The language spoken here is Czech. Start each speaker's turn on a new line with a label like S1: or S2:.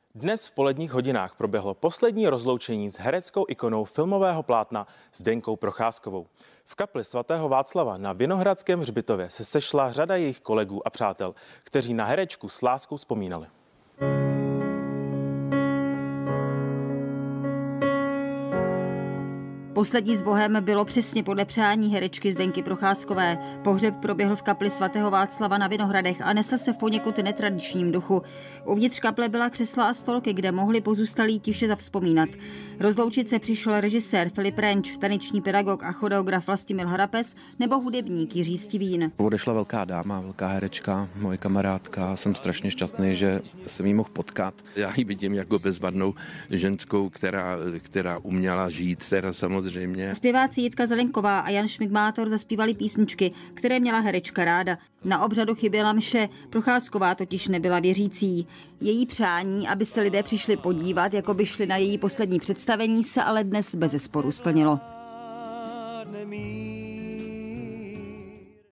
S1: Dnes v poledních hodinách proběhlo poslední rozloučení s hereckou ikonou filmového plátna Zdenkou Procházkovou. V kapli svatého Václava na Vinohradském hřbitově se sešla řada jejich kolegů a přátel, kteří na herečku s láskou vzpomínali.
S2: Poslední s Bohem bylo přesně podle přání herečky Zdenky Procházkové. Pohřeb proběhl v kapli svatého Václava na Vinohradech a nesl se v poněkud netradičním duchu. Uvnitř kaple byla křesla a stolky, kde mohli pozůstalí tiše zavzpomínat. Rozloučit se přišel režisér Filip Renč, taneční pedagog a choreograf Vlastimil Harapes nebo hudebník Jiří Stivín.
S3: Odešla velká dáma, velká herečka, moje kamarádka. Jsem strašně šťastný, že jsem jí mohl potkat.
S4: Já ji vidím jako bezvadnou ženskou, která uměla žít, teda samozřejmě.
S2: Zpěváci Jitka Zelenková a Jan Šmigmátor zaspívali písničky, které měla herečka ráda. Na obřadu chyběla mše, Procházková totiž nebyla věřící. Její přání, aby se lidé přišli podívat, jako by šli na její poslední představení, se ale dnes bezesporu splnilo.